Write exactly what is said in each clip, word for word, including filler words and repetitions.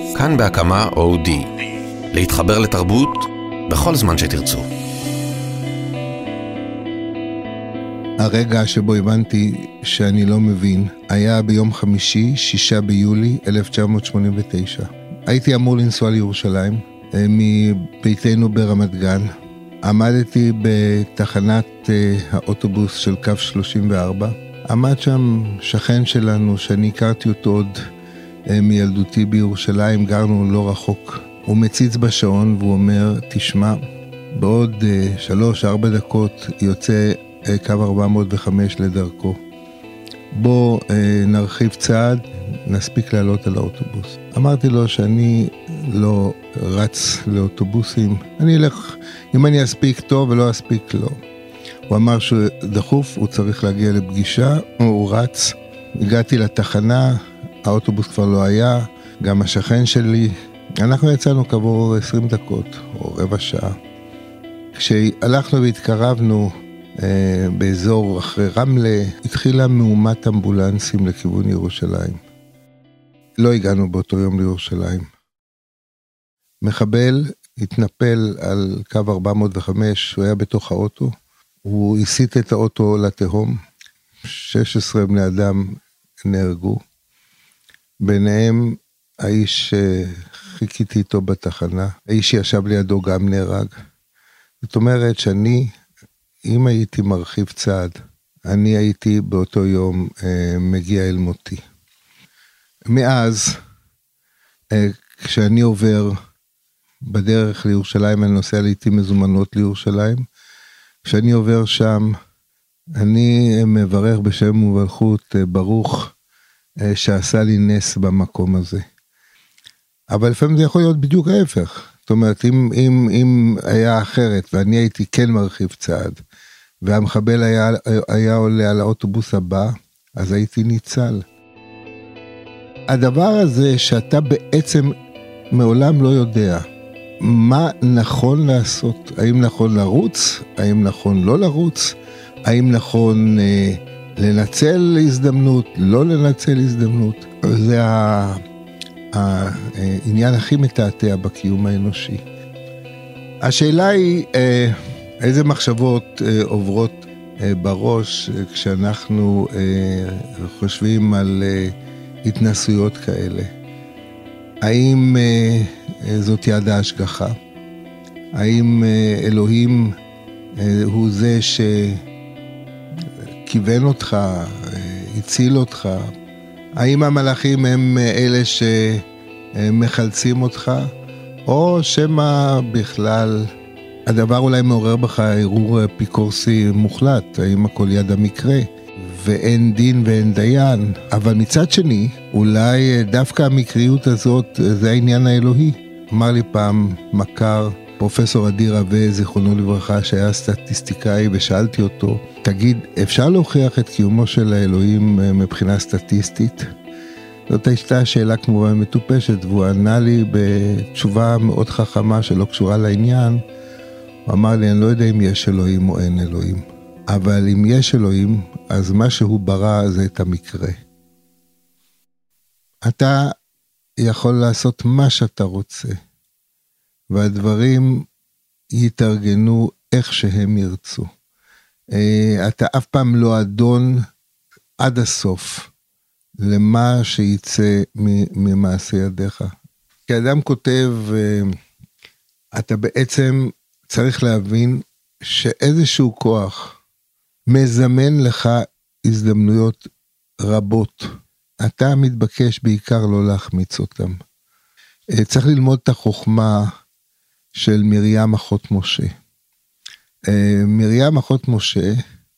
כאן בהקמה אודי. להתחבר לתרבות בכל זמן שתרצו. הרגע שבו הבנתי שאני לא מבין היה ביום חמישי, שישה ביולי אלף תשע מאות שמונים ותשע. הייתי אמור לנסוע לירושלים מביתנו ברמת גן. עמדתי בתחנת האוטובוס של קו שלושים וארבע. עמד שם שכן שלנו שאני הכרתי אותו עוד מילדותי בירושלים, גרנו לא רחוק. הוא מציץ בשעון והוא אומר, תשמע, בעוד שלוש ארבע דקות יוצא קו ארבע מאות וחמש לדרכו. בוא נרחיב צעד, נספיק לעלות על האוטובוס. אמרתי לו שאני לא רץ לאוטובוסים, אני אלך, אם אני אספיק טוב ולא אספיק לא. הוא אמר שהוא דחוף, הוא צריך להגיע לפגישה, הוא רץ, הגעתי לתחנה, האוטובוס כבר לא היה, גם השכן שלי, אנחנו יצאנו כעבור עשרים דקות או רבע שעה. כשהלכנו והתקרבנו אה, באזור אחרי רמלה, התחילה מהומת אמבולנסים לכיוון ירושלים. לא הגענו באותו יום לירושלים. מחבל התנפל על קו ארבע מאות וחמש, הוא היה בתוך האוטו, הוא הסיט את האוטו לתהום, שש עשרה בני אדם נהרגו, ביניהם האיש שחיכיתי איתו בתחנה, האיש שישב לידו גם נהרג. זאת אומרת שאני, אם הייתי מרחיב צעד, אני הייתי באותו יום אה, מגיע אל מותי. מאז, אה, כשאני עובר בדרך לירושלים, אני נוסע לעתים מזומנות לירושלים, כשאני עובר שם, אני מברך בשם ומלכות ברוך, שעשה לי נס במקום הזה. אבל לפעמים זה יכול להיות בדיוק ההפך. זאת אומרת, אם, אם, אם היה אחרת, ואני הייתי כן מרחיב צעד, והמחבל היה, היה עולה על האוטובוס הבא, אז הייתי ניצל. הדבר הזה שאתה בעצם מעולם לא יודע, מה נכון לעשות? האם נכון לרוץ? האם נכון לא לרוץ? האם נכון אה, לנצל הזדמנות? לא לנצל הזדמנות? זה העניין הכי מתעתע בקיום האנושי. השאלה היא, אה, איזה מחשבות אה, עוברות אה, בראש אה, כשאנחנו אה, חושבים על אה, התנסויות כאלה? האם אה, זאת יד ההשגחה? האם אה, אלוהים אה, הוא זה שכיוון אותך, אה, הציל אותך? האם המלאכים הם אלה שמחלצים אותך? או שמה בכלל הדבר אולי מעורר בך ערעור אפיקורסי מוחלט? האם הכל יד המקרה? ואין דין ואין דיין, אבל מצד שני, אולי דווקא המקריות הזאת זה העניין האלוהי. אמר לי פעם מכר, פרופסור אדיר רווה, זיכרונו לברכה, שהיה סטטיסטיקאי, ושאלתי אותו, תגיד, אפשר להוכיח את קיומו של האלוהים מבחינה סטטיסטית? זאת הייתה שאלה כמובן מטופשת, והוא ענה לי בתשובה מאוד חכמה שלא קשורה לעניין. הוא אמר לי, אני לא יודע אם יש אלוהים או אין אלוהים. אבל אם יש אלוהים, אז מה שהוא ברא זה את המקרה. אתה יכול לעשות מה שאתה רוצה, והדברים יתארגנו איך שהם ירצו. אתה אף פעם לא אדון עד הסוף למה שיצא ממעשה ידיך. כי אדם כותב, אתה בעצם צריך להבין שאיזשהו כוח, מזמן לך הזדמנויות רבות. אתה מתבקש בעיקר לא להחמיץ אותם. צריך ללמוד את החוכמה של מרים אחות משה. מרים אחות משה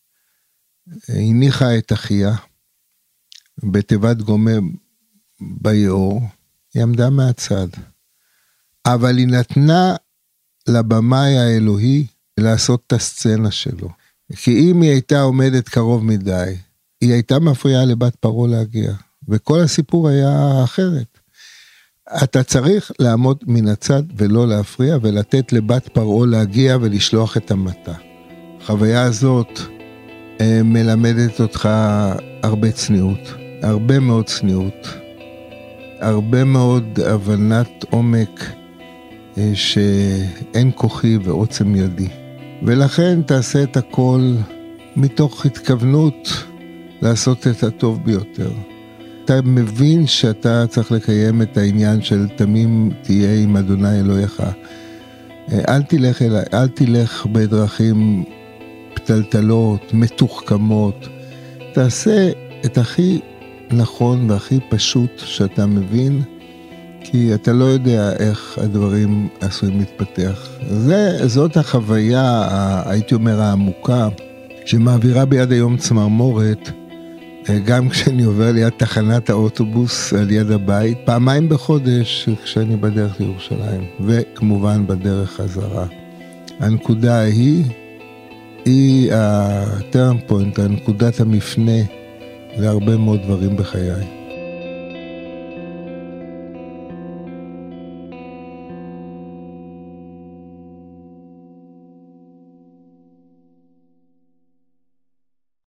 הניחה את אחיה בתיבת גומה ביאור, היא עמדה מהצד. אבל היא נתנה לבמאי האלוהי לעשות את הסצנה שלו. כי אם היא הייתה עומדת קרוב מדי, היא הייתה מפריעה לבת פרעה להגיע, וכל הסיפור היה אחרת. אתה צריך לעמוד מן הצד ולא להפריע, ולתת לבת פרעה להגיע ולשלוח את המטה. החוויה הזאת אה, מלמדת אותך הרבה צניעות, הרבה מאוד צניעות. הרבה מאוד הבנת עומק שאין כוחי ועוצם ידי. ולכן תעשה את הכל מתוך התכוונות לעשות את הטוב ביותר. אתה מבין שאתה צריך לקיים את העניין של תמים תהיה עם אדוני אלוהיך. אל תלך, אל, אל תלך בדרכים פתלתלות, מתוחכמות. תעשה את הכי נכון והכי פשוט שאתה מבין, כי אתה לא יודע איך הדברים עשויים להתפתח. זה, זאת החוויה, הייתי אומר, העמוקה, שמעבירה ביד היום צמרמורת, גם כשאני עובר ליד תחנת האוטובוס על יד הבית, פעמיים בחודש כשאני בדרך לירושלים, וכמובן בדרך חזרה. הנקודה ההיא היא הטרם פוינט, הנקודת המפנה להרבה מאוד דברים בחיי.